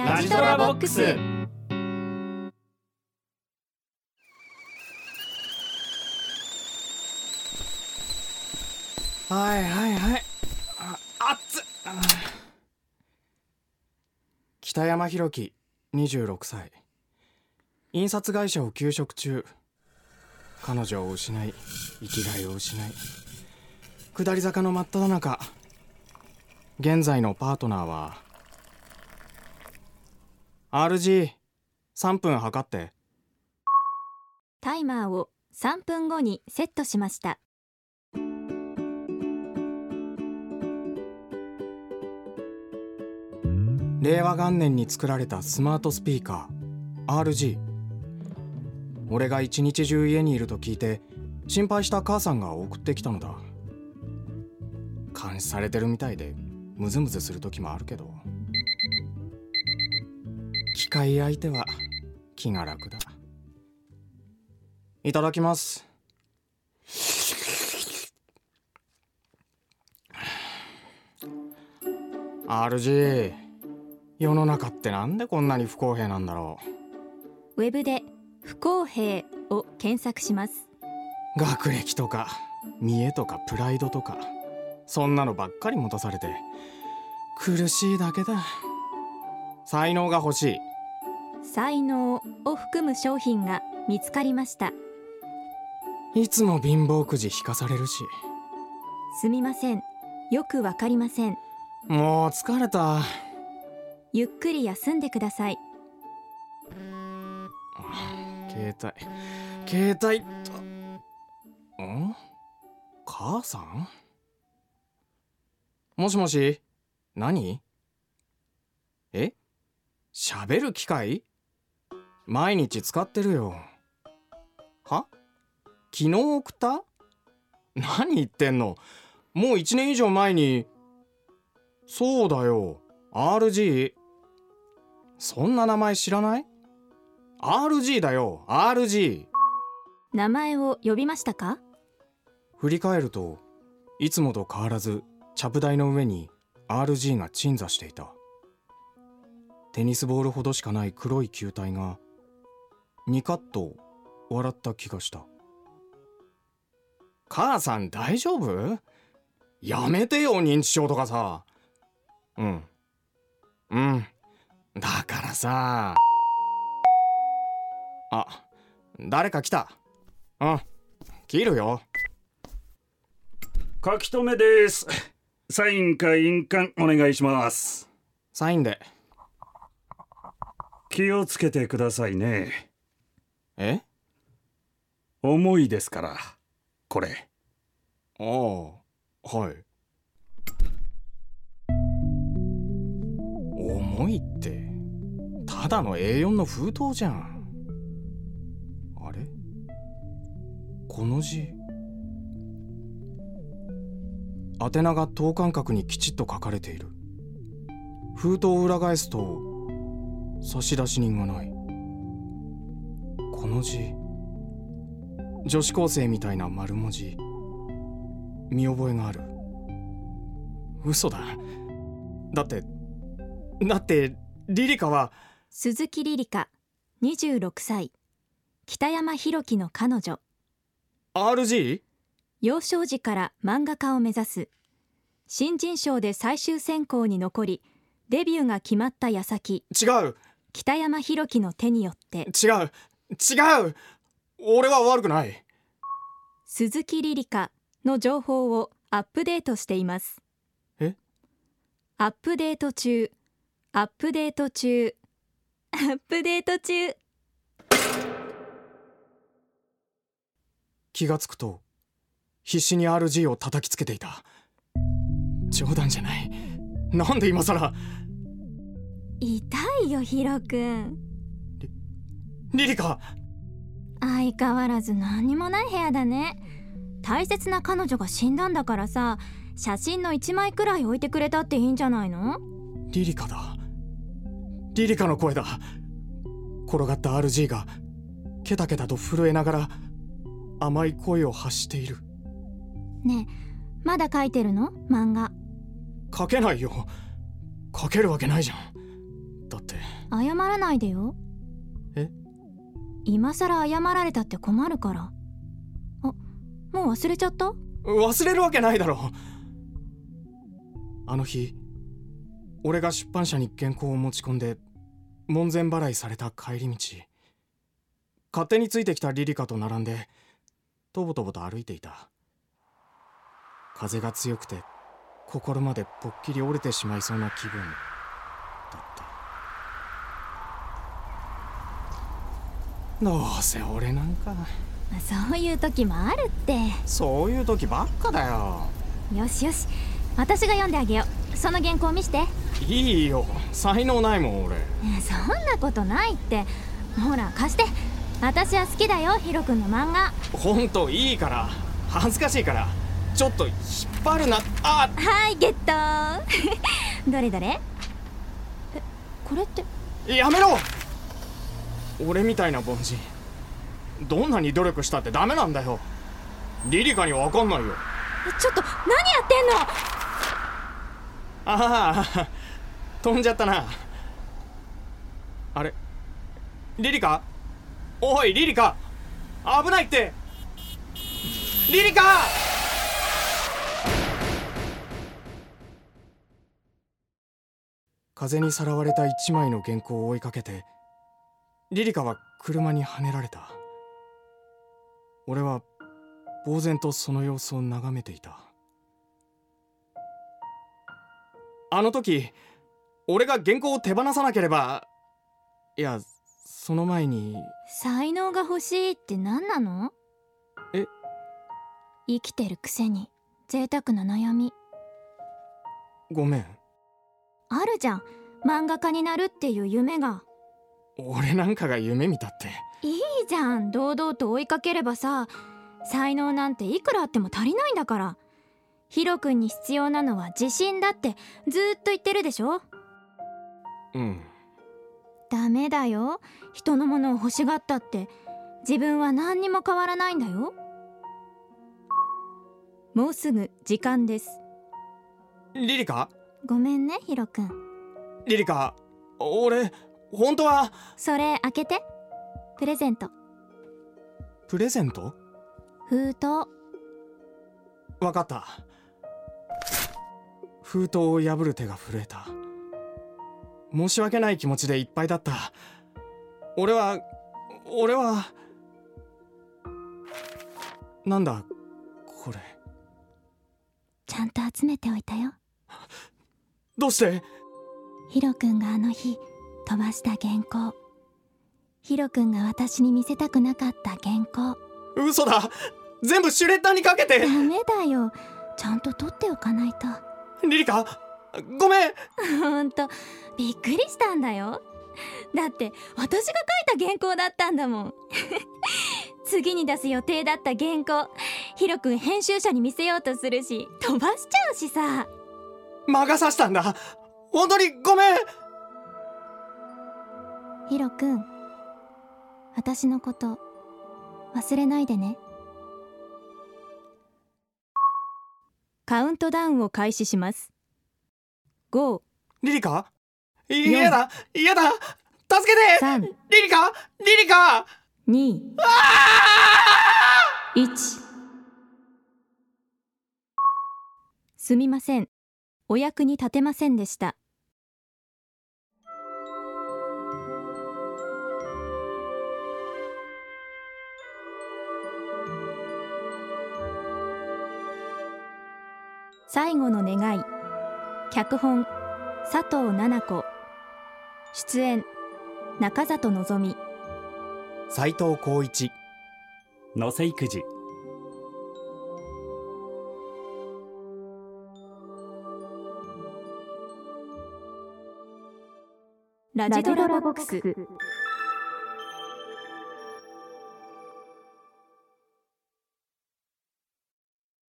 ラジドラボックス。 はいはいはい。あっつ。北山弘樹26歳、印刷会社を休職中。彼女を失い、生きがいを失い、下り坂の真っ只中。現在のパートナーは RG3 分測って。 タイマーを3分後にセットしました。 令和元年に作られたスマートスピーカー RG。 俺が一日中家にいると聞いて心配した母さんが送ってきたのだ。監視されてるみたいでムズムズする時もあるけど、機械相手は気が楽だ。いただきます。RG、 世の中ってなんでこんなに不公平なんだろう。ウェブで不公平を検索します。 学歴とか見栄とかプライドとか、そんなのばっかり持たされて苦しいだけだ。才能が欲しい。 才能を含む商品が見つかりました。 いつも貧乏くじ引かされるし。 すみません、よくわかりません。 もう疲れた。 ゆっくり休んでください。 携帯母さん？もしもし、何？喋る機械？毎日使ってるよ。は？昨日送った？何言ってんの？もう1年以上前に。そうだよ、 RG。 そんな名前知らない？ RG だよ、 RG。 名前を呼びましたか？ 振り返るといつもと変わらずちゃぶ台の上に RG が鎮座していた。テニスボールほどしかない黒い球体がニカッと笑った気がした。母さん大丈夫？やめてよ、認知症とかさ。だからさ。あ、誰か来た。切るよ。 書き留めです。サインか印鑑お願いします。 サインで。 気をつけてくださいね。重いですからこれ。 ああ、はい。重いってただの A4 の封筒じゃん。あれ、この字、宛名が等間隔にきちっと書かれている。封筒を裏返すと差出人がない。この字、女子高生みたいな丸文字、見覚えがある。嘘だ。だってリリカは。 鈴木リリカ26歳、北山弘樹の彼女。 RG？ 幼少時から漫画家を目指す。新人賞で最終選考に残りデビューが決まった矢先、 違う、 北山弘樹の手によって違う、俺は悪くない。 鈴木リリカの情報をアップデートしています。アップデート中。 気がつくと必死に RG を叩きつけていた。冗談じゃない。なんで今さら。 痛いよヒロ君。 リリカ、 相変わらず何にもない部屋だね。大切な彼女が死んだんだからさ、写真の1枚くらい置いてくれたっていいんじゃないの？ リリカだ。リリカの声だ。転がった RG がケタケタと震えながら甘い声を発している。 ねえ、まだ描いてるの？漫画。 描けないよ。描けるわけないじゃん。だって謝らないでよ。 え？ 今さら謝られたって困るから。あ、もう忘れちゃった？ 忘れるわけないだろ。あの日俺が出版社に原稿を持ち込んで門前払いされた帰り道、勝手についてきたリリカと並んでとぼとぼと歩いていた。風が強くて心までぽっきり折れてしまいそうな気分だった。どうせ俺なんか。 そういう時もあるって。 そういう時ばっかだよ。 よしよし、私が読んであげよう。その原稿見して。 いいよ、才能ないもん俺。 そんなことないって。ほら貸して。私は好きだよ、ヒロ君の漫画。 ほんといいから、恥ずかしいからちょっと引っ張るな。あ、 はい、ゲットどれどれ。これって。 やめろ。俺みたいな凡人どんなに努力したってダメなんだよ。リリカには分かんないよ。 ちょっと何やってんの。 ああ、飛んじゃったな。あれ、リリカ？おいリリカ、危ないって。リリカ！風にさらわれた一枚の原稿を追いかけてリリカは車にはねられた。俺は呆然とその様子を眺めていた。あの時俺が原稿を手放さなければ、いやその前に。 才能が欲しいって何なの？ え？ 生きてるくせに贅沢な悩み。 ごめん。 あるじゃん、漫画家になるっていう夢が。 俺なんかが夢見たって。 いいじゃん、堂々と追いかければさ。才能なんていくらあっても足りないんだから。ヒロ君に必要なのは自信だってずーっと言ってるでしょ。 うん。 ダメだよ、人のものを欲しがったって自分は何にも変わらないんだよ。もうすぐ時間です。 リリカ？ ごめんねヒロ君。 リリカ、俺本当は。 それ開けて。プレゼント。 プレゼント？ 封筒。 わかった。封筒を破る手が震えた。申し訳ない気持ちでいっぱいだった。俺はなんだこれ。 ちゃんと集めておいたよ。 どうして？ ヒロ君があの日飛ばした原稿。ヒロ君が私に見せたくなかった原稿。 嘘だ。全部シュレッダーにかけて。 ダメだよ、ちゃんと取っておかないと。 リリカ、ごめん。 ほんとびっくりしたんだよ。だって私が書いた原稿だったんだもん次に出す予定だった原稿、ヒロ君編集者に見せようとするし飛ばしちゃうしさ。 魔が差したんだ。本当にごめん。 ヒロ君、私のこと忘れないでね。カウントダウンを開始します。5、 リリカ？嫌だ嫌だ、助けて。 3、 リリカ、リリカ。 2、1。すみません、お役に立てませんでした。最後の願い。脚本佐藤奈々子。出演中里のぞみ、 斉藤浩一、 野瀬育児。 ラジドラボックス。